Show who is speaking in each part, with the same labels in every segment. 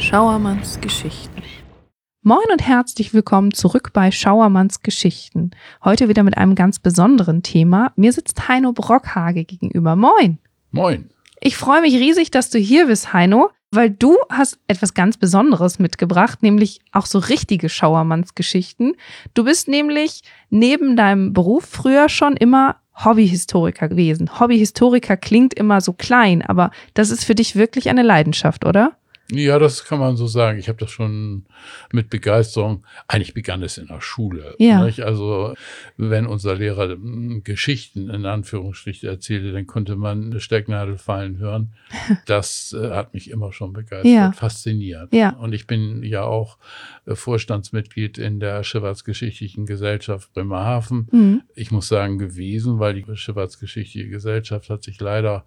Speaker 1: Schauermanns Geschichten.
Speaker 2: Moin und herzlich willkommen zurück bei Schauermanns Geschichten. Heute wieder mit einem ganz besonderen Thema. Mir sitzt Heino Brockhage gegenüber. Moin.
Speaker 3: Moin.
Speaker 2: Ich freue mich riesig, dass du hier bist, Heino, weil du hast etwas ganz Besonderes mitgebracht, nämlich auch so richtige Schauermanns Geschichten. Du bist nämlich neben deinem Beruf früher schon immer Hobbyhistoriker gewesen. Hobbyhistoriker klingt immer so klein, aber das ist für dich wirklich eine Leidenschaft, oder?
Speaker 3: Ja, das kann man so sagen. Ich habe das schon mit Begeisterung, eigentlich begann es in der Schule.
Speaker 2: Ja.
Speaker 3: Nicht? Also wenn unser Lehrer Geschichten in Anführungsstrichen erzählte, dann konnte man eine Stecknadel fallen hören. Das hat mich immer schon begeistert, fasziniert.
Speaker 2: Ja.
Speaker 3: Und ich bin ja auch Vorstandsmitglied in der Schifffahrtsgeschichtlichen Gesellschaft Bremerhaven.
Speaker 2: Mhm.
Speaker 3: Ich muss sagen gewesen, weil die Schifffahrtsgeschichtliche Gesellschaft hat sich leider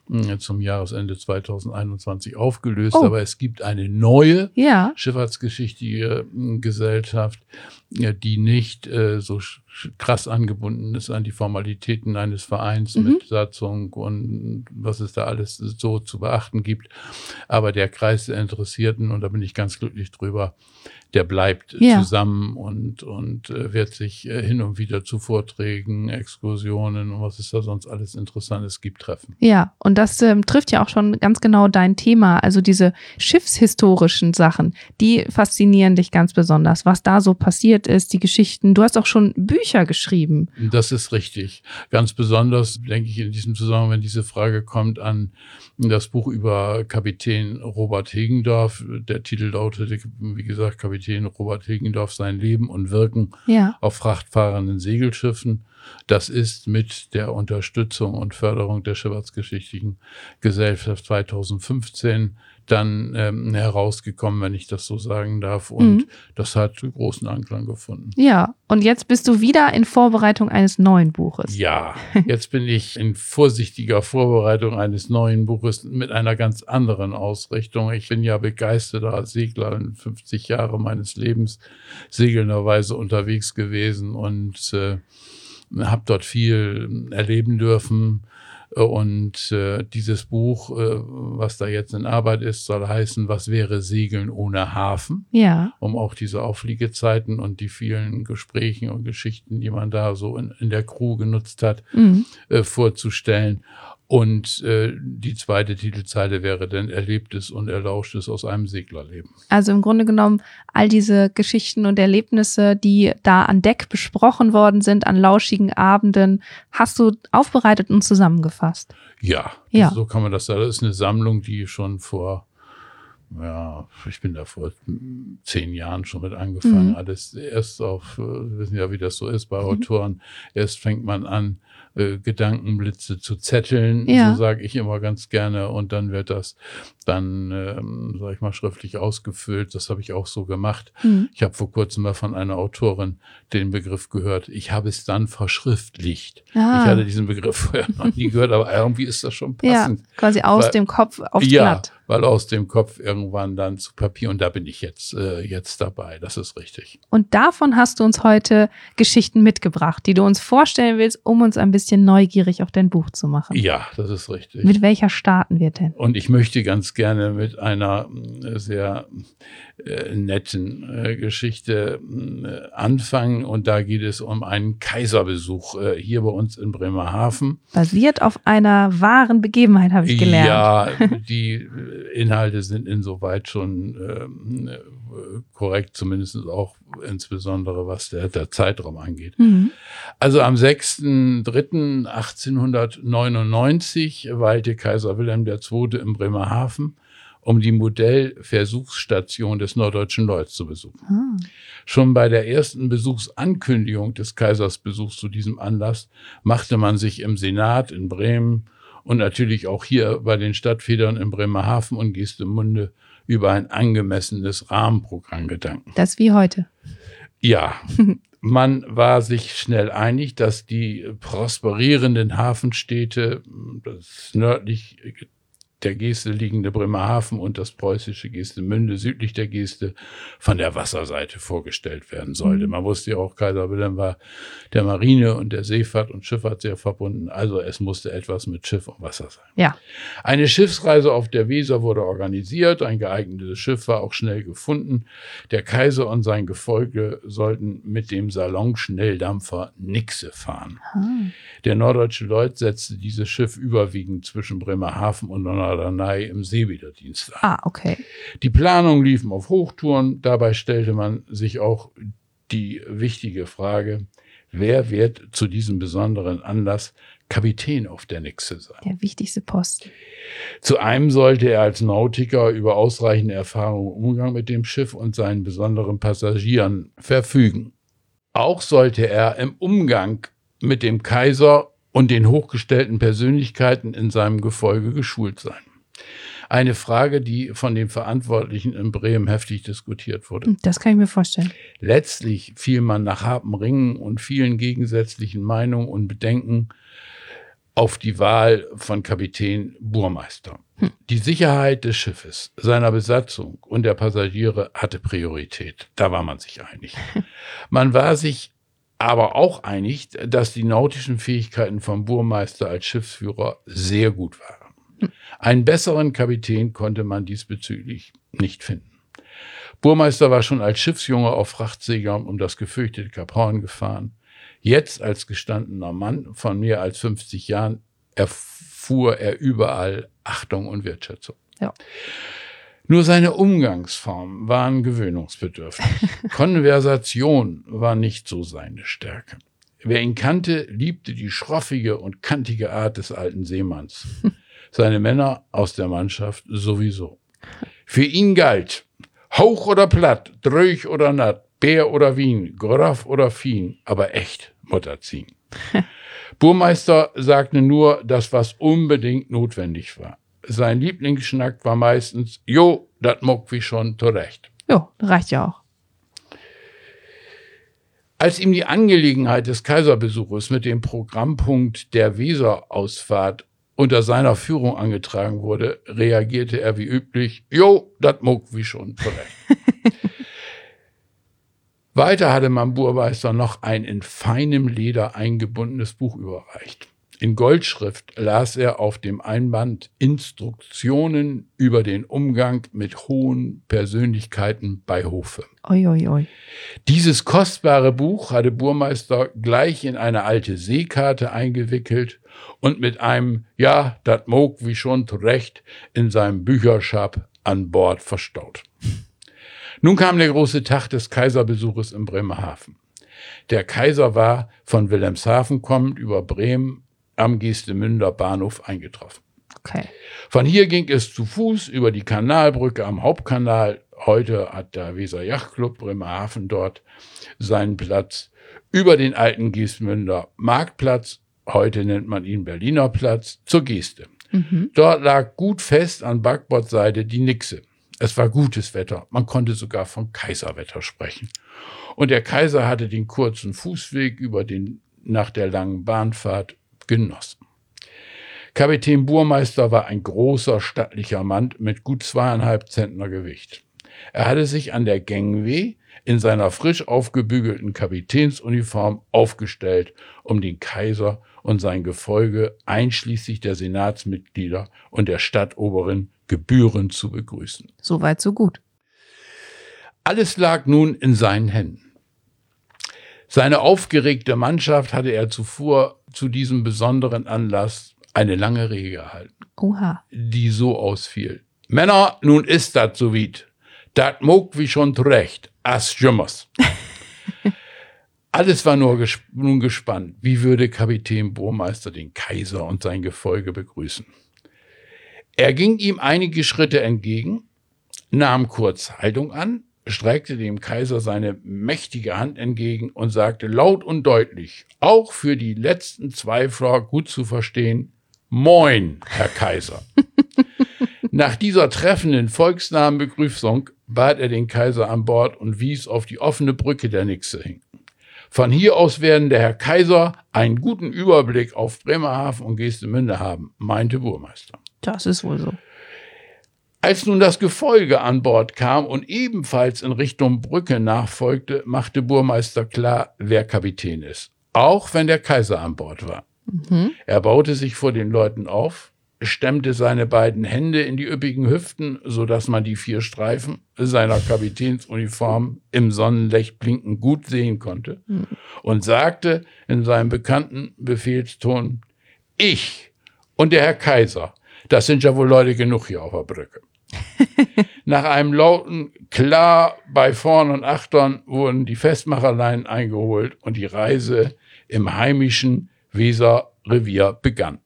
Speaker 3: zum Jahresende 2021 aufgelöst.
Speaker 2: Oh.
Speaker 3: Aber es gibt eine neue
Speaker 2: Ja.
Speaker 3: Schifffahrtsgeschichtliche Gesellschaft, die nicht so krass angebunden ist an die Formalitäten eines Vereins mit Satzung und was es da alles so zu beachten gibt. Aber der Kreis der Interessierten, und da bin ich ganz glücklich drüber, der bleibt zusammen und wird sich hin und wieder zu Vorträgen, Exkursionen und was es da sonst alles Interessantes gibt, treffen.
Speaker 2: Ja, und das trifft ja auch schon ganz genau dein Thema. Also diese schiffshistorischen Sachen, die faszinieren dich ganz besonders. Was da so passiert ist, die Geschichten. Du hast auch schon Bücher geschrieben.
Speaker 3: Das ist richtig. Ganz besonders denke ich in diesem Zusammenhang, wenn diese Frage kommt, an das Buch über Kapitän Robert Hegendorf. Der Titel lautete, wie gesagt, Kapitän Robert Hegendorf, sein Leben und Wirken auf frachtfahrenden Segelschiffen. Das ist mit der Unterstützung und Förderung der Schifffahrtsgeschichtlichen Gesellschaft 2015 dann herausgekommen, wenn ich das so sagen darf. Und das hat großen Anklang gefunden.
Speaker 2: Ja, und jetzt bist du wieder in Vorbereitung eines neuen Buches.
Speaker 3: Ja, jetzt bin ich in vorsichtiger Vorbereitung eines neuen Buches mit einer ganz anderen Ausrichtung. Ich bin ja begeisterter Segler, 50 Jahre meines Lebens segelnderweise unterwegs gewesen und habe dort viel erleben dürfen. Und dieses Buch, was da jetzt in Arbeit ist, soll heißen, was wäre Segeln ohne Hafen?
Speaker 2: Ja.
Speaker 3: Um auch diese Aufliegezeiten und die vielen Gesprächen und Geschichten, die man da so in der Crew genutzt hat, vorzustellen. Und die zweite Titelzeile wäre dann Erlebtes und Erlauschtes aus einem Seglerleben.
Speaker 2: Also im Grunde genommen all diese Geschichten und Erlebnisse, die da an Deck besprochen worden sind, an lauschigen Abenden, hast du aufbereitet und zusammengefasst?
Speaker 3: Ja. So kann man das sagen. Das ist eine Sammlung, die schon ich bin da vor 10 Jahren schon mit angefangen. Alles erst wir wissen ja, wie das so ist bei Autoren. Erst fängt man an, Gedankenblitze zu zetteln, so sage ich immer ganz gerne, und dann wird das dann, sag ich mal, schriftlich ausgefüllt. Das habe ich auch so gemacht. Ich habe vor kurzem mal von einer Autorin den Begriff gehört, ich habe es dann verschriftlicht. Ich hatte diesen Begriff vorher noch nie gehört, aber irgendwie ist das schon passend.
Speaker 2: Ja, quasi aus dem Kopf aufs Blatt.
Speaker 3: Weil aus dem Kopf irgendwann dann zu Papier, und da bin ich jetzt dabei, das ist richtig.
Speaker 2: Und davon hast du uns heute Geschichten mitgebracht, die du uns vorstellen willst, um uns ein bisschen neugierig auf dein Buch zu machen.
Speaker 3: Ja, das ist richtig.
Speaker 2: Mit welcher starten wir denn?
Speaker 3: Und ich möchte ganz gerne mit einer sehr netten Geschichte anfangen, und da geht es um einen Kaiserbesuch hier bei uns in Bremerhaven.
Speaker 2: Basiert auf einer wahren Begebenheit, habe ich gelernt.
Speaker 3: Ja, die Inhalte sind insoweit schon korrekt, zumindest auch insbesondere was der Zeitraum angeht. Also am 6.3.1899 weilte Kaiser Wilhelm II. In Bremerhaven, um die Modellversuchsstation des Norddeutschen Lloyds zu besuchen. Schon bei der ersten Besuchsankündigung des Kaisersbesuchs zu diesem Anlass machte man sich im Senat in Bremen und natürlich auch hier bei den Stadtfedern in Bremerhaven und Geestemünde über ein angemessenes Rahmenprogramm Gedanken.
Speaker 2: Das wie heute.
Speaker 3: Ja, man war sich schnell einig, dass die prosperierenden Hafenstädte, das nördlich der Geste liegende Bremerhaven und das preußische Geestemünde südlich der Geste von der Wasserseite vorgestellt werden sollte. Man wusste ja auch, Kaiser Wilhelm war der Marine und der Seefahrt und Schifffahrt sehr verbunden, also es musste etwas mit Schiff und Wasser sein.
Speaker 2: Ja.
Speaker 3: Eine Schiffsreise auf der Weser wurde organisiert, ein geeignetes Schiff war auch schnell gefunden. Der Kaiser und sein Gefolge sollten mit dem Salon-Schnelldampfer Nixe fahren. Der Norddeutsche Lloyd setzte dieses Schiff überwiegend zwischen Bremerhaven und Norderney im Seewiederdienst ein.
Speaker 2: Okay.
Speaker 3: Die Planungen liefen auf Hochtouren. Dabei stellte man sich auch die wichtige Frage, wer wird zu diesem besonderen Anlass Kapitän auf der Nixe sein?
Speaker 2: Der wichtigste Posten.
Speaker 3: Zu einem sollte er als Nautiker über ausreichende Erfahrung im Umgang mit dem Schiff und seinen besonderen Passagieren verfügen. Auch sollte er im Umgang mit dem Kaiser und den hochgestellten Persönlichkeiten in seinem Gefolge geschult sein. Eine Frage, die von den Verantwortlichen in Bremen heftig diskutiert wurde.
Speaker 2: Das kann ich mir vorstellen.
Speaker 3: Letztlich fiel man nach hartem Ringen und vielen gegensätzlichen Meinungen und Bedenken auf die Wahl von Kapitän Burmeister. Die Sicherheit des Schiffes, seiner Besatzung und der Passagiere hatte Priorität. Da war man sich einig. Man war sich aber auch einig, dass die nautischen Fähigkeiten von Burmeister als Schiffsführer sehr gut waren. Einen besseren Kapitän konnte man diesbezüglich nicht finden. Burmeister war schon als Schiffsjunge auf Frachtseglern um das gefürchtete Kap Horn gefahren. Jetzt als gestandener Mann von mehr als 50 Jahren erfuhr er überall Achtung und Wertschätzung.
Speaker 2: Ja.
Speaker 3: Nur seine Umgangsformen waren gewöhnungsbedürftig. Konversation war nicht so seine Stärke. Wer ihn kannte, liebte die schroffige und kantige Art des alten Seemanns. Seine Männer aus der Mannschaft sowieso. Für ihn galt, hoch oder platt, dröch oder natt, Bär oder Wien, Groff oder Fien, aber echt Mutterziehen. Burmeister sagte nur das, was unbedingt notwendig war. Sein Lieblingsschnack war meistens, jo, dat muck wie schon zurecht.
Speaker 2: Jo, reicht ja auch.
Speaker 3: Als ihm die Angelegenheit des Kaiserbesuches mit dem Programmpunkt der Weserausfahrt unter seiner Führung angetragen wurde, reagierte er wie üblich, jo, dat muck wie schon zurecht. Weiter hatte man Burmeister noch ein in feinem Leder eingebundenes Buch überreicht. In Goldschrift las er auf dem Einband Instruktionen über den Umgang mit hohen Persönlichkeiten bei Hofe.
Speaker 2: Oi, oi, oi.
Speaker 3: Dieses kostbare Buch hatte Burmeister gleich in eine alte Seekarte eingewickelt und mit einem Ja, dat mog wie schon zurecht in seinem Bücherschab an Bord verstaut. Nun kam der große Tag des Kaiserbesuches in Bremerhaven. Der Kaiser war von Wilhelmshaven kommend über Bremen am Geestemünder Bahnhof eingetroffen.
Speaker 2: Okay.
Speaker 3: Von hier ging es zu Fuß über die Kanalbrücke am Hauptkanal. Heute hat der Weser Yachtclub Bremerhaven dort seinen Platz. Über den alten Geestemünder Marktplatz, heute nennt man ihn Berliner Platz, zur Geste. Dort lag gut fest an Backbordseite die Nixe. Es war gutes Wetter, man konnte sogar von Kaiserwetter sprechen. Und der Kaiser hatte den kurzen Fußweg nach der langen Bahnfahrt genossen. Kapitän Burmeister war ein großer, stattlicher Mann mit gut 2,5 Zentner Gewicht. Er hatte sich an der Gangway in seiner frisch aufgebügelten Kapitänsuniform aufgestellt, um den Kaiser und sein Gefolge einschließlich der Senatsmitglieder und der Stadtoberin gebührend zu begrüßen.
Speaker 2: So weit, so gut.
Speaker 3: Alles lag nun in seinen Händen. Seine aufgeregte Mannschaft hatte er zuvor zu diesem besonderen Anlass eine lange Rede gehalten, die so ausfiel. Männer, nun ist dat so weit. Dat mog wie schon zurecht. As jümmers. Alles war nun gespannt. Wie würde Kapitän Burmeister den Kaiser und sein Gefolge begrüßen? Er ging ihm einige Schritte entgegen, nahm kurz Haltung an, streckte dem Kaiser seine mächtige Hand entgegen und sagte laut und deutlich, auch für die letzten Zweifler gut zu verstehen, Moin, Herr Kaiser. Nach dieser treffenden volksnahen Begrüßung bat er den Kaiser an Bord und wies auf die offene Brücke der Nixe hin. Von hier aus werden der Herr Kaiser einen guten Überblick auf Bremerhaven und Geestemünde haben, meinte Burmeister.
Speaker 2: Das ist wohl so.
Speaker 3: Als nun das Gefolge an Bord kam und ebenfalls in Richtung Brücke nachfolgte, machte Burmeister klar, wer Kapitän ist, auch wenn der Kaiser an Bord war. Er baute sich vor den Leuten auf, stemmte seine beiden Hände in die üppigen Hüften, sodass man die 4 Streifen seiner Kapitänsuniform im Sonnenlicht blinken gut sehen konnte und sagte in seinem bekannten Befehlston: Ich und der Herr Kaiser, das sind ja wohl Leute genug hier auf der Brücke. Nach einem lauten Klar bei Vorn und Achtern wurden die Festmacherleinen eingeholt und die Reise im heimischen Weserrevier begann.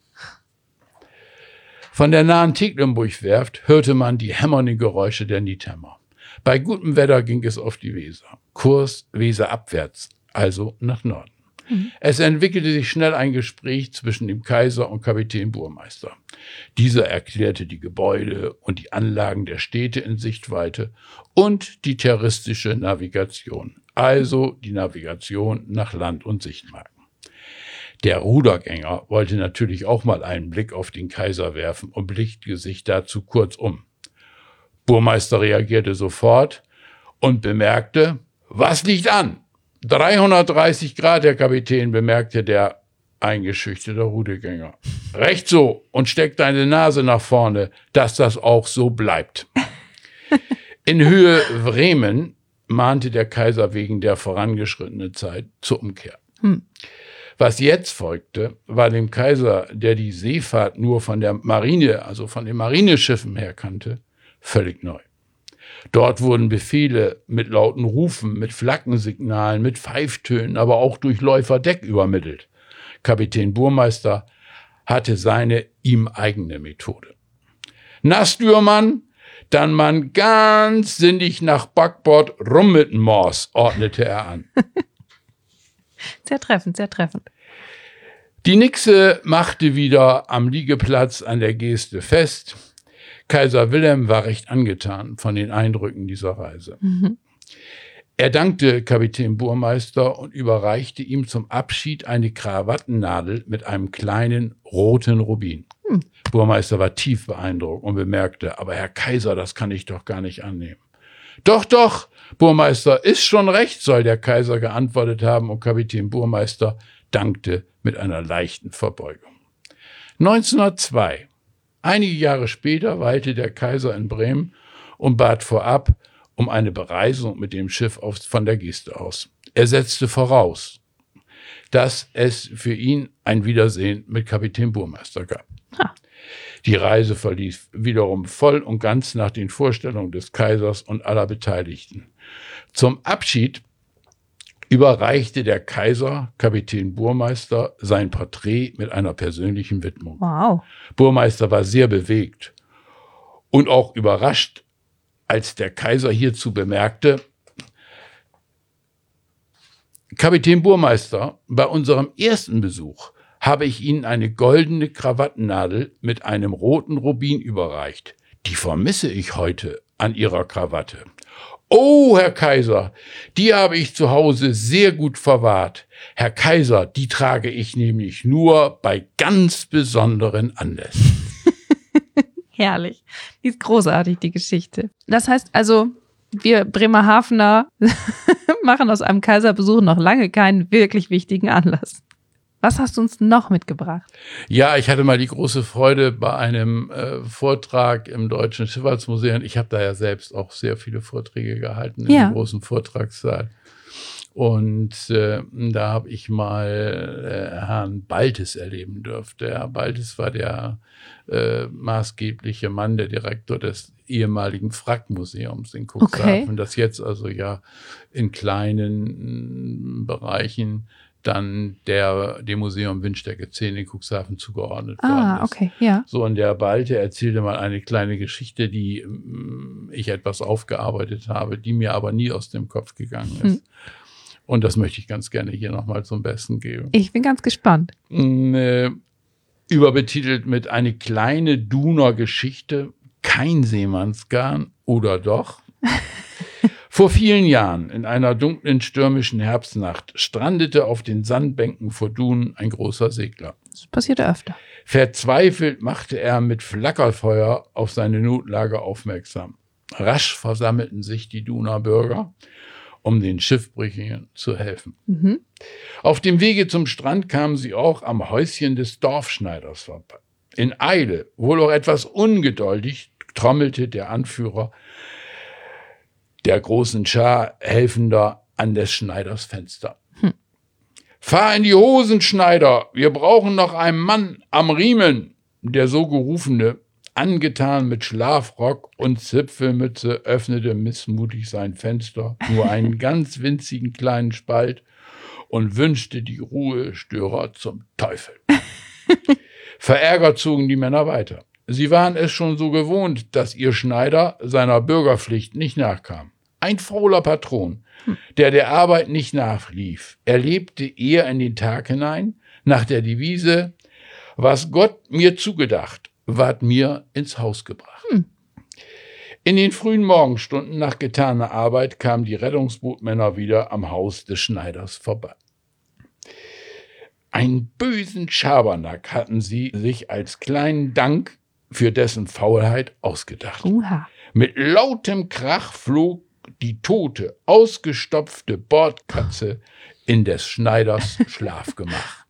Speaker 3: Von der nahen Tecklenburg-Werft hörte man die hämmernden Geräusche der Niethämmer. Bei gutem Wetter ging es auf die Weser, Kurs Weser abwärts, also nach Norden. Es entwickelte sich schnell ein Gespräch zwischen dem Kaiser und Kapitän Burmeister. Dieser erklärte die Gebäude und die Anlagen der Städte in Sichtweite und die terroristische Navigation, also die Navigation nach Land und Sichtmarken. Der Rudergänger wollte natürlich auch mal einen Blick auf den Kaiser werfen und blickte sich dazu kurz um. Burmeister reagierte sofort und bemerkte: Was liegt an? 330 Grad, Herr Kapitän, bemerkte der eingeschüchterte Rudergänger. Recht so, und steck deine Nase nach vorne, dass das auch so bleibt. In Höhe Bremen mahnte der Kaiser wegen der vorangeschrittenen Zeit zur Umkehr. Was jetzt folgte, war dem Kaiser, der die Seefahrt nur von der Marine, also von den Marineschiffen her kannte, völlig neu. Dort wurden Befehle mit lauten Rufen, mit Flaggensignalen, mit Pfeiftönen, aber auch durch Läuferdeck übermittelt. Kapitän Burmeister hatte seine ihm eigene Methode. Na, Stürmann, dann man ganz sinnig nach Backbord rum mit dem Mors, ordnete er an.
Speaker 2: Sehr treffend, sehr treffend.
Speaker 3: Die Nixe machte wieder am Liegeplatz an der Geste fest. Kaiser Wilhelm war recht angetan von den Eindrücken dieser Reise. Er dankte Kapitän Burmeister und überreichte ihm zum Abschied eine Krawattennadel mit einem kleinen roten Rubin. Burmeister war tief beeindruckt und bemerkte: Aber Herr Kaiser, das kann ich doch gar nicht annehmen. Doch, doch, Burmeister, ist schon recht, soll der Kaiser geantwortet haben, und Kapitän Burmeister dankte mit einer leichten Verbeugung. 1902. Einige Jahre später weilte der Kaiser in Bremen und bat vorab um eine Bereisung mit dem Schiff von der Geste aus. Er setzte voraus, dass es für ihn ein Wiedersehen mit Kapitän Burmeister gab. Die Reise verlief wiederum voll und ganz nach den Vorstellungen des Kaisers und aller Beteiligten. Zum Abschied überreichte der Kaiser Kapitän Burmeister sein Porträt mit einer persönlichen Widmung.
Speaker 2: Wow.
Speaker 3: Burmeister war sehr bewegt und auch überrascht, als der Kaiser hierzu bemerkte: Kapitän Burmeister, bei unserem ersten Besuch habe ich Ihnen eine goldene Krawattennadel mit einem roten Rubin überreicht. Die vermisse ich heute an Ihrer Krawatte. Oh, Herr Kaiser, die habe ich zu Hause sehr gut verwahrt. Herr Kaiser, die trage ich nämlich nur bei ganz besonderen Anlässen.
Speaker 2: Herrlich. Die ist großartig, die Geschichte. Das heißt also, wir Bremerhavener machen aus einem Kaiserbesuch noch lange keinen wirklich wichtigen Anlass. Was hast du uns noch mitgebracht?
Speaker 3: Ja, ich hatte mal die große Freude bei einem Vortrag im Deutschen Schifffahrtsmuseum. Ich habe da ja selbst auch sehr viele Vorträge gehalten in dem großen Vortragssaal. Und da habe ich mal Herrn Baltes erleben dürfen. Herr Baltes war der maßgebliche Mann, der Direktor des ehemaligen Wrackmuseums in Cuxhaven, das jetzt also ja in kleinen Bereichen dann dem Museum Windstärke 10 in Cuxhaven zugeordnet worden ist.
Speaker 2: Okay, ja.
Speaker 3: So, und der Balte erzählte mal eine kleine Geschichte, die ich etwas aufgearbeitet habe, die mir aber nie aus dem Kopf gegangen ist. Und das möchte ich ganz gerne hier nochmal zum Besten geben.
Speaker 2: Ich bin ganz gespannt.
Speaker 3: Überbetitelt mit eine kleine Duner Geschichte, kein Seemannsgarn oder doch? Vor vielen Jahren, in einer dunklen, stürmischen Herbstnacht, strandete auf den Sandbänken vor Dunen ein großer Segler.
Speaker 2: Das passierte öfter.
Speaker 3: Verzweifelt machte er mit Flackerfeuer auf seine Notlage aufmerksam. Rasch versammelten sich die Duner Bürger, um den Schiffbrüchigen zu helfen. Auf dem Wege zum Strand kamen sie auch am Häuschen des Dorfschneiders vorbei. In Eile, wohl auch etwas ungeduldig, trommelte der Anführer der großen Schar Helfender an des Schneiders Fenster. Fahr in die Hosen, Schneider, wir brauchen noch einen Mann am Riemen. Der so gerufene, angetan mit Schlafrock und Zipfelmütze, öffnete missmutig sein Fenster, nur einen ganz winzigen kleinen Spalt, und wünschte die Ruhestörer zum Teufel. Verärgert zogen die Männer weiter. Sie waren es schon so gewohnt, dass ihr Schneider seiner Bürgerpflicht nicht nachkam. Ein fauler Patron, der Arbeit nicht nachlief. Er lebte eher in den Tag hinein, nach der Devise, was Gott mir zugedacht, ward mir ins Haus gebracht. In den frühen Morgenstunden nach getaner Arbeit kamen die Rettungsbootmänner wieder am Haus des Schneiders vorbei. Einen bösen Schabernack hatten sie sich als kleinen Dank für dessen Faulheit ausgedacht. Mit lautem Krach flog die tote, ausgestopfte Bordkatze in des Schneiders Schlafgemach.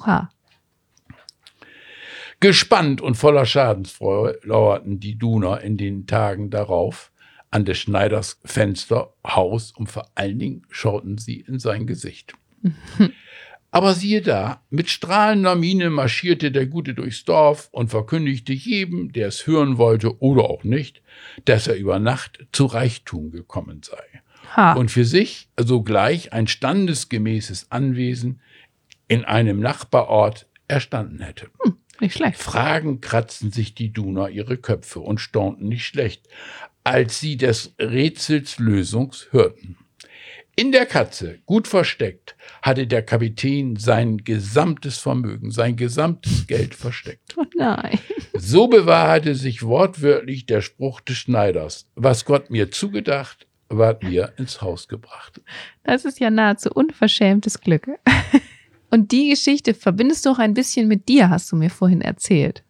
Speaker 3: Gespannt und voller Schadensfreude lauerten die Duner in den Tagen darauf an des Schneiders Fenster, Haus, und vor allen Dingen schauten sie in sein Gesicht. Aber siehe da, mit strahlender Miene marschierte der Gute durchs Dorf und verkündigte jedem, der es hören wollte oder auch nicht, dass er über Nacht zu Reichtum gekommen sei. Und für sich sogleich ein standesgemäßes Anwesen in einem Nachbarort erstanden hätte.
Speaker 2: Nicht schlecht.
Speaker 3: Fragend kratzten sich die Duner ihre Köpfe und staunten nicht schlecht, als sie des Rätsels Lösung hörten. In der Katze, gut versteckt, hatte der Kapitän sein gesamtes Vermögen, sein gesamtes Geld versteckt.
Speaker 2: Oh nein.
Speaker 3: So bewahrheitete sich wortwörtlich der Spruch des Schneiders: Was Gott mir zugedacht, ward mir ins Haus gebracht.
Speaker 2: Das ist ja nahezu unverschämtes Glück. Und die Geschichte verbindest du auch ein bisschen mit dir, hast du mir vorhin erzählt.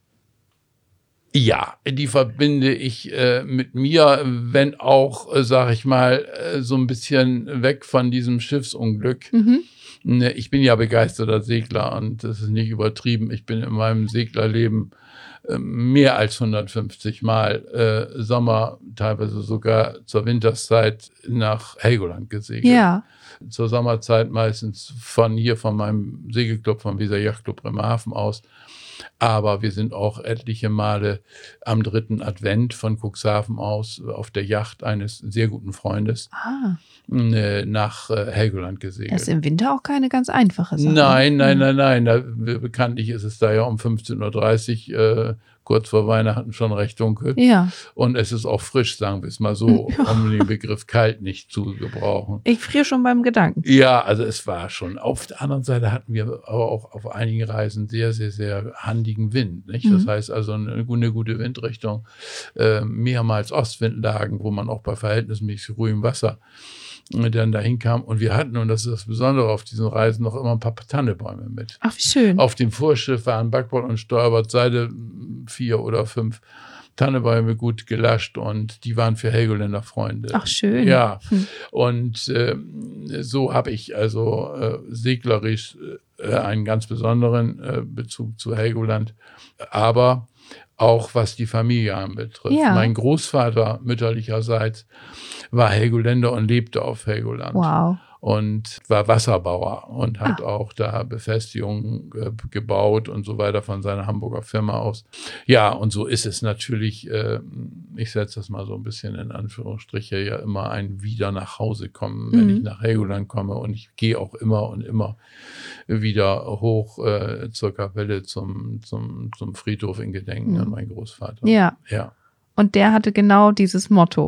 Speaker 3: Ja, die verbinde ich mit mir, wenn auch, sag ich mal, so ein bisschen weg von diesem Schiffsunglück. Ich bin ja begeisterter Segler und das ist nicht übertrieben. Ich bin in meinem Seglerleben mehr als 150 Mal Sommer, teilweise sogar zur Winterszeit nach Helgoland gesegelt.
Speaker 2: Ja.
Speaker 3: Zur Sommerzeit meistens von meinem Segelclub, vom Weser Yachtclub Bremerhaven aus. Aber wir sind auch etliche Male am 3. Advent von Cuxhaven aus auf der Yacht eines sehr guten Freundes nach Helgoland gesegelt.
Speaker 2: Das ist im Winter auch keine ganz einfache Sache.
Speaker 3: Nein. Bekanntlich ist es da ja um 15.30 Uhr, kurz vor Weihnachten, schon recht dunkel.
Speaker 2: Ja.
Speaker 3: Und es ist auch frisch, sagen wir es mal so, um den Begriff kalt nicht zu gebrauchen.
Speaker 2: Ich friere schon beim Gedanken.
Speaker 3: Ja, also es war schon. Auf der anderen Seite hatten wir aber auch auf einigen Reisen sehr, sehr, sehr handigen Wind. Nicht? Das heißt also eine gute Windrichtung, mehrmals Ostwindlagen, wo man auch bei verhältnismäßig ruhigem Wasser dann dahin kam. Und wir hatten, und das ist das Besondere auf diesen Reisen, noch immer ein paar Tannebäume mit.
Speaker 2: Ach, wie schön.
Speaker 3: Auf dem Vorschiff waren Backbord und Steuerbordseite 4 oder 5 Tannebäume gut gelascht und die waren für Helgoländer Freunde.
Speaker 2: Ach, schön.
Speaker 3: Ja, und so habe ich also seglerisch einen ganz besonderen Bezug zu Helgoland, aber auch was die Familie anbetrifft.
Speaker 2: Ja.
Speaker 3: Mein Großvater mütterlicherseits war Helgoländer und lebte auf Helgoland.
Speaker 2: Wow.
Speaker 3: Und war Wasserbauer und hat auch da Befestigungen gebaut und so weiter von seiner Hamburger Firma aus. Ja, und so ist es natürlich, ich setze das mal so ein bisschen in Anführungsstriche, ja immer ein Wieder nach Hause kommen, wenn ich nach Helgoland komme. Und ich gehe auch immer und immer wieder hoch zur Kapelle zum Friedhof in Gedenken an meinen Großvater.
Speaker 2: Ja.
Speaker 3: Ja.
Speaker 2: Und der hatte genau dieses Motto.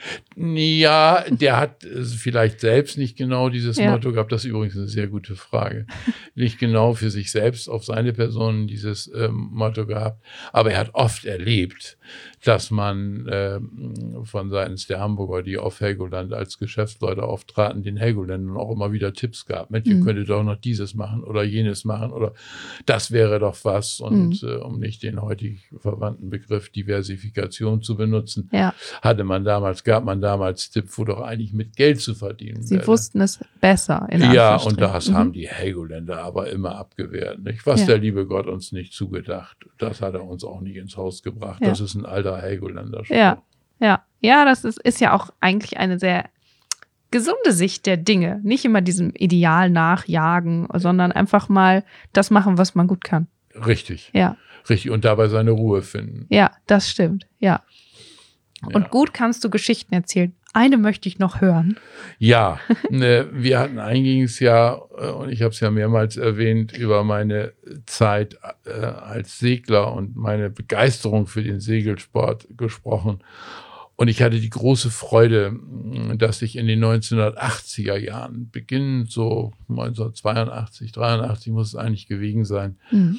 Speaker 3: Ja, der hat vielleicht selbst nicht genau dieses
Speaker 2: Ja.
Speaker 3: Motto gehabt. Das ist übrigens eine sehr gute Frage. Nicht genau für sich selbst, auf seine Person dieses Motto gehabt. Aber er hat oft erlebt, dass man von seitens der Hamburger, die auf Helgoland als Geschäftsleute auftraten, den Helgoländern auch immer wieder Tipps gab. Mensch, ihr könntet doch noch dieses machen oder jenes machen oder das wäre doch was. Und um nicht den heutig verwandten Begriff Diversifikation zu benutzen,
Speaker 2: Ja.
Speaker 3: gab man damals Tipp, wo doch eigentlich mit Geld zu verdienen
Speaker 2: Sie
Speaker 3: wäre.
Speaker 2: wussten es besser. In
Speaker 3: Ja, und das
Speaker 2: Anführungsstrichen.
Speaker 3: haben die Helgoländer aber immer abgewehrt. Nicht? Was
Speaker 2: Ja.
Speaker 3: der liebe Gott uns nicht zugedacht, das hat er uns auch nicht ins Haus gebracht.
Speaker 2: Ja.
Speaker 3: Das ist ein alter Helgoländer.
Speaker 2: Ja, ja. Ja, das ist ja auch eigentlich eine sehr gesunde Sicht der Dinge. Nicht immer diesem Ideal nachjagen, sondern einfach mal das machen, was man gut kann.
Speaker 3: Richtig,
Speaker 2: Ja,
Speaker 3: richtig. Und dabei seine Ruhe finden.
Speaker 2: ja, das stimmt. Ja.
Speaker 3: Ja.
Speaker 2: Und gut kannst du Geschichten erzählen. Eine möchte ich noch hören.
Speaker 3: Ja, wir hatten eingangs ja, und ich habe es ja mehrmals erwähnt, über meine Zeit als Segler und meine Begeisterung für den Segelsport gesprochen. Und ich hatte die große Freude, dass ich in den 1980er Jahren, beginnend so 1982, 83 muss es eigentlich gewesen sein,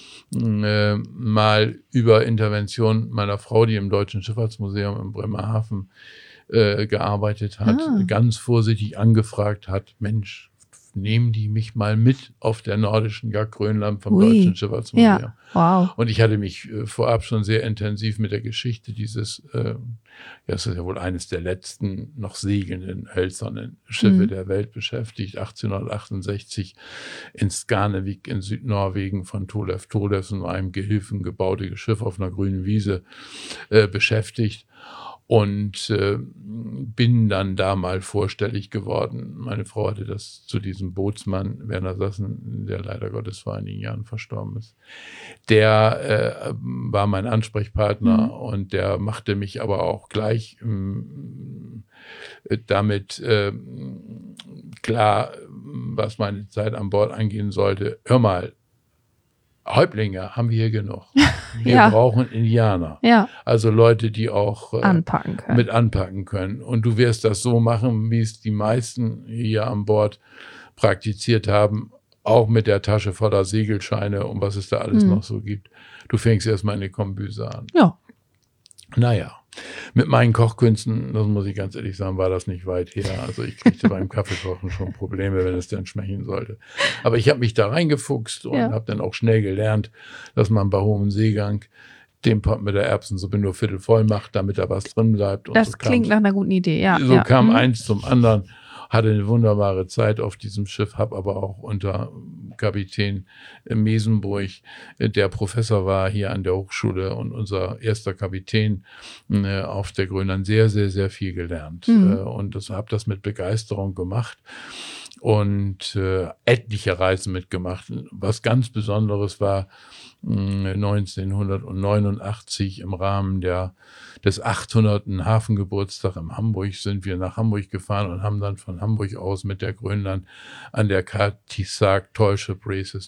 Speaker 3: mal über Intervention meiner Frau, die im Deutschen Schifffahrtsmuseum in Bremerhaven gearbeitet hat, ganz vorsichtig angefragt hat, Mensch, nehmen die mich mal mit auf der nordischen Jagd Grönland vom Deutschen Schifffahrtsmuseum.
Speaker 2: Ja, wow.
Speaker 3: Und ich hatte mich vorab schon sehr intensiv mit der Geschichte dieses, das ist ja wohl eines der letzten noch segelnden hölzernen Schiffe der Welt beschäftigt, 1868 in Skarnevik in Südnorwegen von Tolev Tollefsen, einem Gehilfen gebaute Schiff auf einer grünen Wiese beschäftigt. Und bin dann da mal vorstellig geworden. Meine Frau hatte das zu diesem Bootsmann, Werner Sassen, der leider Gottes vor einigen Jahren verstorben ist. Der war mein Ansprechpartner und der machte mich aber auch gleich damit klar, was meine Zeit an Bord angehen sollte. Hör mal, Häuptlinge haben wir hier genug. Wir brauchen Indianer.
Speaker 2: Ja.
Speaker 3: Also Leute, die auch
Speaker 2: Anpacken können.
Speaker 3: mit anpacken können. Und du wirst das so machen, wie es die meisten hier an Bord praktiziert haben, auch mit der Tasche voller Segelscheine und was es da alles noch so gibt. Du fängst erstmal eine Kombüse an.
Speaker 2: Ja.
Speaker 3: Naja, mit meinen Kochkünsten, das muss ich ganz ehrlich sagen, war das nicht weit her. Also ich kriegte beim Kaffeekochen schon Probleme, wenn es dann schmecken sollte. Aber ich habe mich da reingefuchst und habe dann auch schnell gelernt, dass man bei hohem Seegang den Pott mit der Erbsensuppe nur viertel voll macht, damit da was drin bleibt. Und
Speaker 2: Das
Speaker 3: so
Speaker 2: klingt nach einer guten Idee, ja.
Speaker 3: So kam eins zum anderen. Hatte eine wunderbare Zeit auf diesem Schiff, habe aber auch unter Kapitän Mesenburg, der Professor war hier an der Hochschule und unser erster Kapitän auf der Grönland, sehr, sehr, sehr viel gelernt. Und habe das mit Begeisterung gemacht und etliche Reisen mitgemacht. Was ganz Besonderes war, 1989 im Rahmen des 800. Hafengeburtstag in Hamburg sind wir nach Hamburg gefahren und haben dann von Hamburg aus mit der Grönland an der Katisak Tollship Races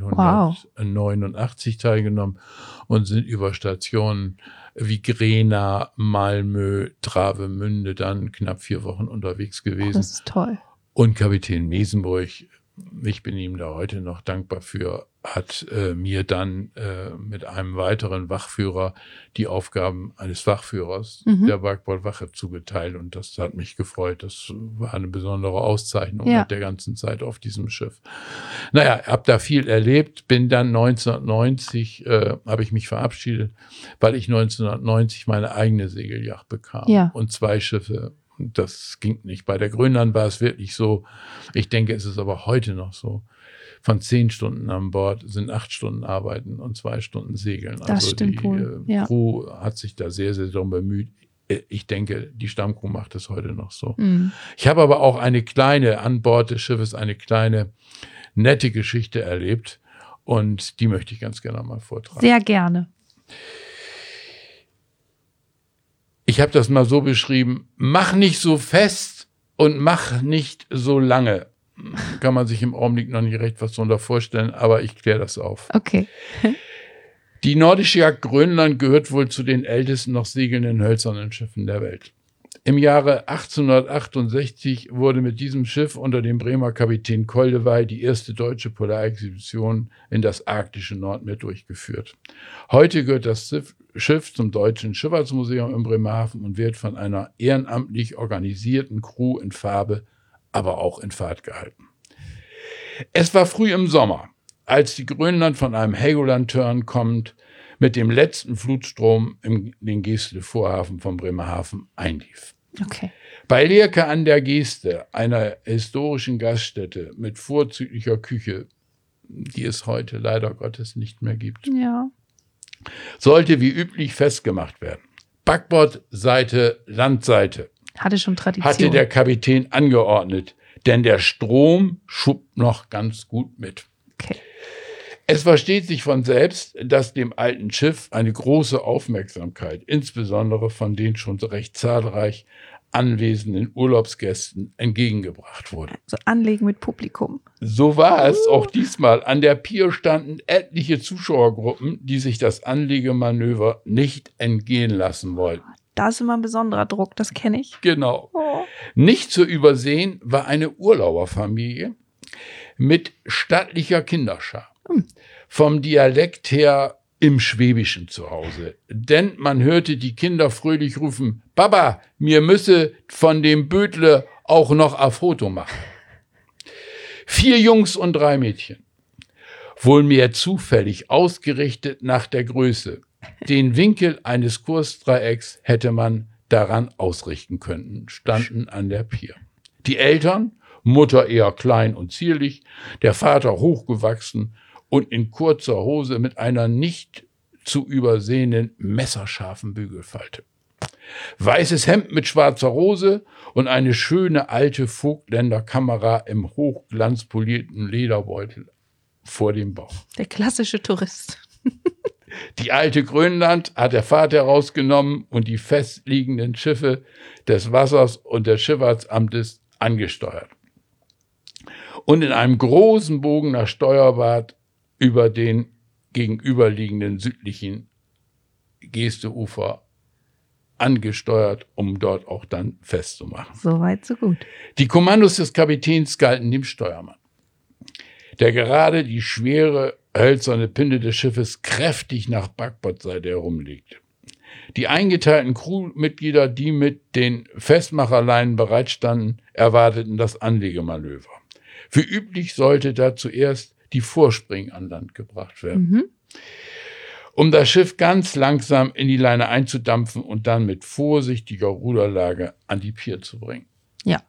Speaker 3: 1989 teilgenommen und sind über Stationen wie Grena, Malmö, Travemünde dann knapp 4 Wochen unterwegs gewesen.
Speaker 2: Das ist toll.
Speaker 3: Und Kapitän Mesenburg, ich bin ihm da heute noch dankbar für, hat mir dann mit einem weiteren Wachführer die Aufgaben eines Wachführers der Backbordwache zugeteilt und das hat mich gefreut. Das war eine besondere Auszeichnung nach der ganzen Zeit auf diesem Schiff. Naja, habe da viel erlebt, bin dann 1990, habe ich mich verabschiedet, weil ich 1990 meine eigene Segelyacht bekam und 2 Schiffe. Das ging nicht. Bei der Grönland war es wirklich so, ich denke, es ist aber heute noch so, von 10 Stunden an Bord sind 8 Stunden arbeiten und 2 Stunden segeln.
Speaker 2: Das
Speaker 3: also
Speaker 2: stimmt
Speaker 3: die
Speaker 2: wohl.
Speaker 3: Crew hat sich da sehr, sehr darum bemüht. Ich denke, die Stammcrew macht es heute noch so. Ich habe aber auch an Bord des Schiffes eine kleine, nette Geschichte erlebt und die möchte ich ganz gerne mal vortragen.
Speaker 2: Sehr gerne.
Speaker 3: Ich habe das mal so beschrieben, mach nicht so fest und mach nicht so lange. Kann man sich im Augenblick noch nicht recht was darunter vorstellen, aber ich kläre das auf.
Speaker 2: Okay.
Speaker 3: Die nordische Jagd Grönland gehört wohl zu den ältesten noch segelnden hölzernen Schiffen der Welt. Im Jahre 1868 wurde mit diesem Schiff unter dem Bremer Kapitän Koldewey die erste deutsche Polarexpedition in das arktische Nordmeer durchgeführt. Heute gehört das Schiff zum Deutschen Schifffahrtsmuseum in Bremerhaven und wird von einer ehrenamtlich organisierten Crew in Farbe, aber auch in Fahrt gehalten. Es war früh im Sommer, als die Grönland von einem Helgoland-Turn kommend mit dem letzten Flutstrom in den Geestle-Vorhafen von Bremerhaven einlief.
Speaker 2: Okay.
Speaker 3: Bei Lehrke an der Geeste, einer historischen Gaststätte mit vorzüglicher Küche, die es heute leider Gottes nicht mehr gibt,
Speaker 2: Ja.
Speaker 3: sollte wie üblich festgemacht werden. Backbordseite, Landseite,
Speaker 2: Hatte schon Tradition.
Speaker 3: hatte der Kapitän angeordnet, denn der Strom schob noch ganz gut mit.
Speaker 2: Okay.
Speaker 3: Es versteht sich von selbst, dass dem alten Schiff eine große Aufmerksamkeit, insbesondere von den schon recht zahlreich anwesenden Urlaubsgästen, entgegengebracht wurde.
Speaker 2: So anlegen mit Publikum.
Speaker 3: So war es auch diesmal. An der Pier standen etliche Zuschauergruppen, die sich das Anlegemanöver nicht entgehen lassen wollten.
Speaker 2: Da ist immer ein besonderer Druck, das kenne ich.
Speaker 3: Genau.
Speaker 2: Oh.
Speaker 3: Nicht zu übersehen war eine Urlauberfamilie mit stattlicher Kinderschar. Vom Dialekt her im Schwäbischen zu Hause. Denn man hörte die Kinder fröhlich rufen, Baba, mir müsse von dem Bödle auch noch ein Foto machen. 4 Jungs und 3 Mädchen. Wohl mehr zufällig ausgerichtet nach der Größe. Den Winkel eines Kursdreiecks hätte man daran ausrichten können, standen an der Pier. Die Eltern, Mutter eher klein und zierlich, der Vater hochgewachsen und in kurzer Hose mit einer nicht zu übersehenden messerscharfen Bügelfalte. Weißes Hemd mit schwarzer Hose und eine schöne alte Vogtländer Kamera im hochglanzpolierten Lederbeutel vor dem Bauch.
Speaker 2: Der klassische Tourist.
Speaker 3: Die alte Grönland hat der Vater herausgenommen und die festliegenden Schiffe des Wassers und des Schifffahrtsamtes angesteuert. Und in einem großen Bogen nach Steuerbord über den gegenüberliegenden südlichen Geesteufer angesteuert, um dort auch dann festzumachen.
Speaker 2: So weit, so gut.
Speaker 3: Die Kommandos des Kapitäns galten dem Steuermann, der gerade die schwere hölzerne Pinte des Schiffes kräftig nach Backbordseite herumlegte. Die eingeteilten Crewmitglieder, die mit den Festmacherleinen bereitstanden, erwarteten das Anlegemanöver. Wie üblich sollte da zuerst die Vorspring an Land gebracht werden, um das Schiff ganz langsam in die Leine einzudampfen und dann mit vorsichtiger Ruderlage an die Pier zu bringen.
Speaker 2: Ja.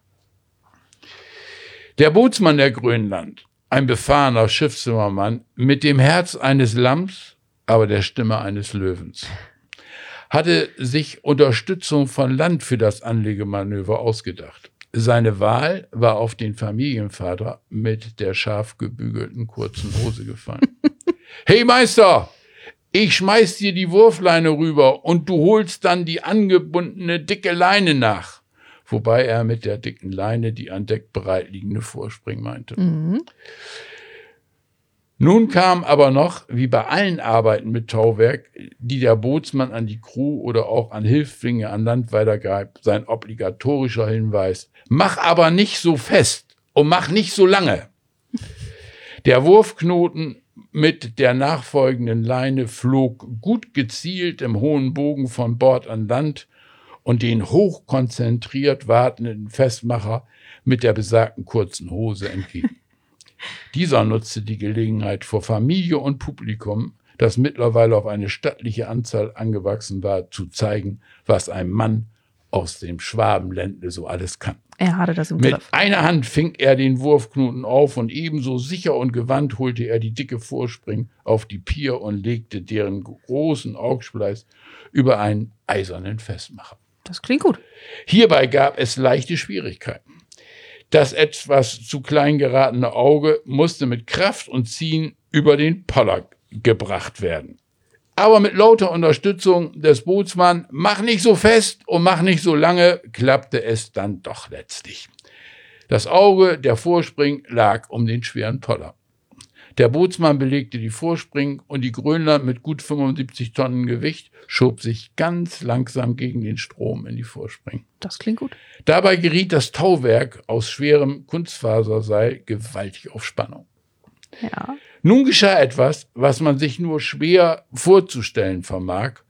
Speaker 3: Der Bootsmann der Grönland, ein befahrener Schiffszimmermann mit dem Herz eines Lamms, aber der Stimme eines Löwens, hatte sich Unterstützung von Land für das Anlegemanöver ausgedacht. Seine Wahl war auf den Familienvater mit der scharf gebügelten kurzen Hose gefallen. Hey Meister, ich schmeiß dir die Wurfleine rüber und du holst dann die angebundene dicke Leine nach. Wobei er mit der dicken Leine die an Deck bereitliegende Vorspring meinte. Nun kam aber noch, wie bei allen Arbeiten mit Tauwerk, die der Bootsmann an die Crew oder auch an Hilflinge an Land weitergab, sein obligatorischer Hinweis: Mach aber nicht so fest und mach nicht so lange. Der Wurfknoten mit der nachfolgenden Leine flog gut gezielt im hohen Bogen von Bord an Land und den hochkonzentriert wartenden Festmacher mit der besagten kurzen Hose entgegen. Dieser nutzte die Gelegenheit, vor Familie und Publikum, das mittlerweile auf eine stattliche Anzahl angewachsen war, zu zeigen, was ein Mann aus dem Schwabenländle so alles kann.
Speaker 2: Er hatte das im
Speaker 3: Mit
Speaker 2: Griff.
Speaker 3: einer Hand fing er den Wurfknoten auf und ebenso sicher und gewandt holte er die dicke Vorspring auf die Pier und legte deren großen Augspleiß über einen eisernen Festmacher.
Speaker 2: Das klingt gut.
Speaker 3: Hierbei gab es leichte Schwierigkeiten. Das etwas zu klein geratene Auge musste mit Kraft und Ziehen über den Poller gebracht werden. Aber mit lauter Unterstützung des Bootsmanns, mach nicht so fest und mach nicht so lange, klappte es dann doch letztlich. Das Auge der Vorspring lag um den schweren Poller. Der Bootsmann belegte die Vorspringen und die Grönland mit gut 75 Tonnen Gewicht schob sich ganz langsam gegen den Strom in die Vorspringen.
Speaker 2: Das klingt gut.
Speaker 3: Dabei geriet das Tauwerk aus schwerem Kunstfaserseil gewaltig auf Spannung.
Speaker 2: Ja.
Speaker 3: Nun geschah etwas, was man sich nur schwer vorzustellen vermag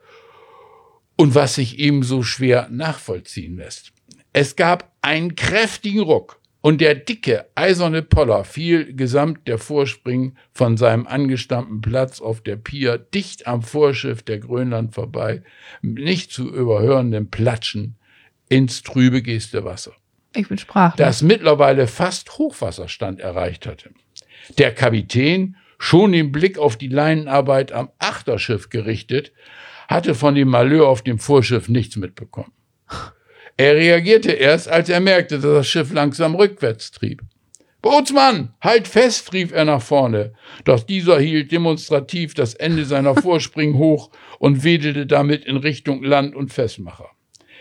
Speaker 3: und was sich ebenso schwer nachvollziehen lässt. Es gab einen kräftigen Ruck und der dicke, eiserne Poller fiel gesamt der Vorspringen von seinem angestammten Platz auf der Pier dicht am Vorschiff der Grönland vorbei, mit nicht zu überhörendem Platschen ins trübe Gestewasser,
Speaker 2: Ich bin sprachlos.
Speaker 3: das mittlerweile fast Hochwasserstand erreicht hatte. Der Kapitän, schon den Blick auf die Leinenarbeit am Achterschiff gerichtet, hatte von dem Malheur auf dem Vorschiff nichts mitbekommen. Er reagierte erst, als er merkte, dass das Schiff langsam rückwärts trieb. »Bootsmann, halt fest«, rief er nach vorne. Doch dieser hielt demonstrativ das Ende seiner Vorspringen hoch und wedelte damit in Richtung Land und Festmacher.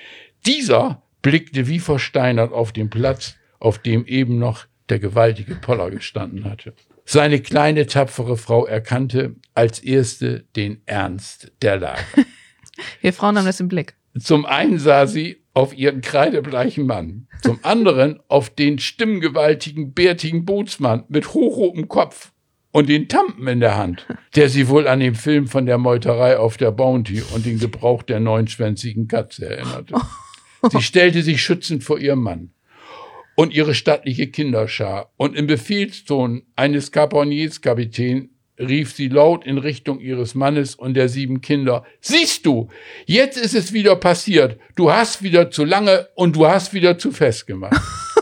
Speaker 3: Dieser blickte wie versteinert auf den Platz, auf dem eben noch der gewaltige Poller gestanden hatte. Seine kleine, tapfere Frau erkannte als erste den Ernst der Lage.
Speaker 2: Wir Frauen haben das im Blick.
Speaker 3: Zum einen sah sie auf ihren kreidebleichen Mann, zum anderen auf den stimmgewaltigen, bärtigen Bootsmann mit hochrotem Kopf und den Tampen in der Hand, der sie wohl an den Film von der Meuterei auf der Bounty und den Gebrauch der neunschwänzigen Katze erinnerte. Sie stellte sich schützend vor ihrem Mann und ihre stattliche Kinderschar und im Befehlston eines Kaperniers-Kapitän rief sie laut in Richtung ihres Mannes und der 7 Kinder: »Siehst du, jetzt ist es wieder passiert. Du hast wieder zu lange und du hast wieder zu fest gemacht.«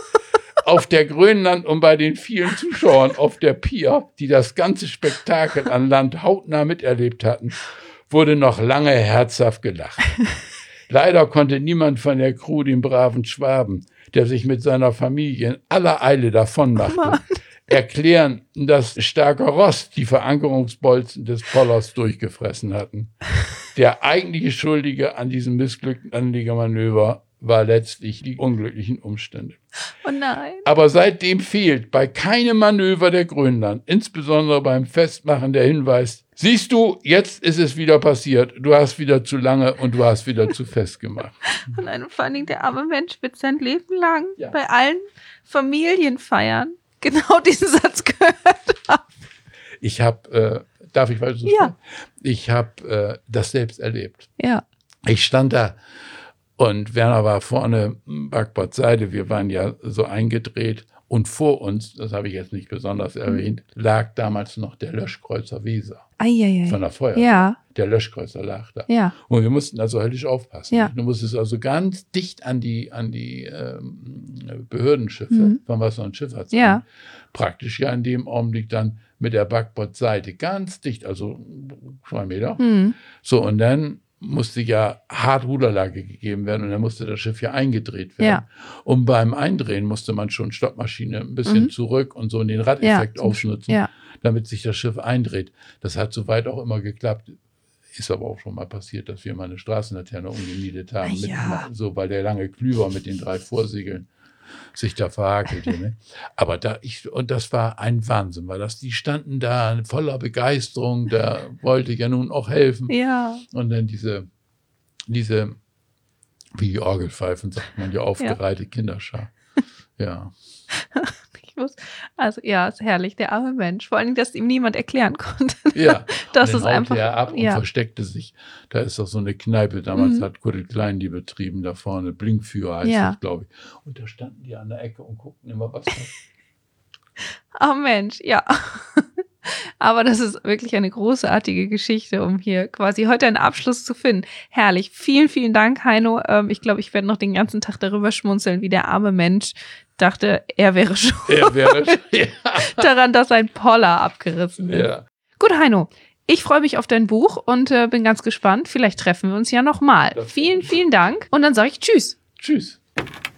Speaker 3: Auf der Grönland und bei den vielen Zuschauern auf der Pier, die das ganze Spektakel an Land hautnah miterlebt hatten, wurde noch lange herzhaft gelacht. Leider konnte niemand von der Crew den braven Schwaben, der sich mit seiner Familie in aller Eile davonmachte, erklären, dass starker Rost die Verankerungsbolzen des Pollers durchgefressen hatten. Der eigentliche Schuldige an diesem missglückten Anlegermanöver war letztlich die unglücklichen Umstände.
Speaker 2: Oh nein.
Speaker 3: Aber seitdem fehlt bei keinem Manöver der Grönland, insbesondere beim Festmachen, der Hinweis: »Siehst du, jetzt ist es wieder passiert. Du hast wieder zu lange und du hast wieder zu fest gemacht.«
Speaker 2: Und vor allen Dingen der arme Mensch wird sein Leben lang
Speaker 3: Ja.
Speaker 2: bei allen Familienfeiern genau diesen Satz gehört haben.
Speaker 3: Ich habe, darf ich weiter so
Speaker 2: Ja.
Speaker 3: sprechen? Ich habe das selbst erlebt.
Speaker 2: Ja.
Speaker 3: Ich stand da und Werner war vorne, Backbordseite, wir waren ja so eingedreht und vor uns, das habe ich jetzt nicht besonders erwähnt, lag damals noch der Löschkreuzer Weser
Speaker 2: Eieiei.
Speaker 3: von der Feuerwehr.
Speaker 2: Ja.
Speaker 3: Der Löschkreuzer lag da.
Speaker 2: Ja.
Speaker 3: Und wir mussten also höllisch aufpassen.
Speaker 2: Ja.
Speaker 3: Du musstest also ganz dicht an die Behördenschiffe von Wasser- und Schifffahrtsamt.
Speaker 2: Ja.
Speaker 3: Praktisch ja in dem Augenblick dann mit der Backbordseite ganz dicht, also 2 Meter. So, und dann musste ja hart Ruderlage gegeben werden und dann musste das Schiff ja eingedreht werden.
Speaker 2: Ja.
Speaker 3: Und beim Eindrehen musste man schon Stoppmaschine ein bisschen zurück und so den Radeffekt ausnutzen,
Speaker 2: Ja.
Speaker 3: damit sich das Schiff eindreht. Das hat soweit auch immer geklappt. Ist aber auch schon mal passiert, dass wir mal eine Straßenlaterne umgenietet haben,
Speaker 2: Ja.
Speaker 3: so weil der lange Klüver mit den 3 Vorsegeln sich da verhakelte. Ne? Aber und das war ein Wahnsinn, weil die standen da voller Begeisterung, da wollte ja nun auch helfen.
Speaker 2: Ja.
Speaker 3: Und dann diese wie die Orgelpfeifen, sagt man ja, aufgereihte Kinderschar. Ja.
Speaker 2: Also ja, ist herrlich, der arme Mensch. Vor allem, dass ihm niemand erklären konnte.
Speaker 3: Ja,
Speaker 2: Das
Speaker 3: und
Speaker 2: ist
Speaker 3: dann haute
Speaker 2: einfach.
Speaker 3: er ab und
Speaker 2: ja.
Speaker 3: versteckte sich. Da ist doch so eine Kneipe, damals hat Kurt Klein die betrieben, da vorne, Blinkführer heißt
Speaker 2: Ja.
Speaker 3: das, glaube ich. Und da standen die an der Ecke und guckten immer, was passiert.
Speaker 2: Oh Mensch, ja. Aber das ist wirklich eine großartige Geschichte, um hier quasi heute einen Abschluss zu finden. Herrlich. Vielen, vielen Dank, Heino. Ich glaube, ich werde noch den ganzen Tag darüber schmunzeln, wie der arme Mensch dachte, er wäre schuld
Speaker 3: Ja.
Speaker 2: daran, dass sein Poller abgerissen ist.
Speaker 3: Ja.
Speaker 2: Gut, Heino. Ich freue mich auf dein Buch und bin ganz gespannt. Vielleicht treffen wir uns ja nochmal. Vielen, vielen Dank. Und dann sage ich Tschüss.
Speaker 3: Tschüss.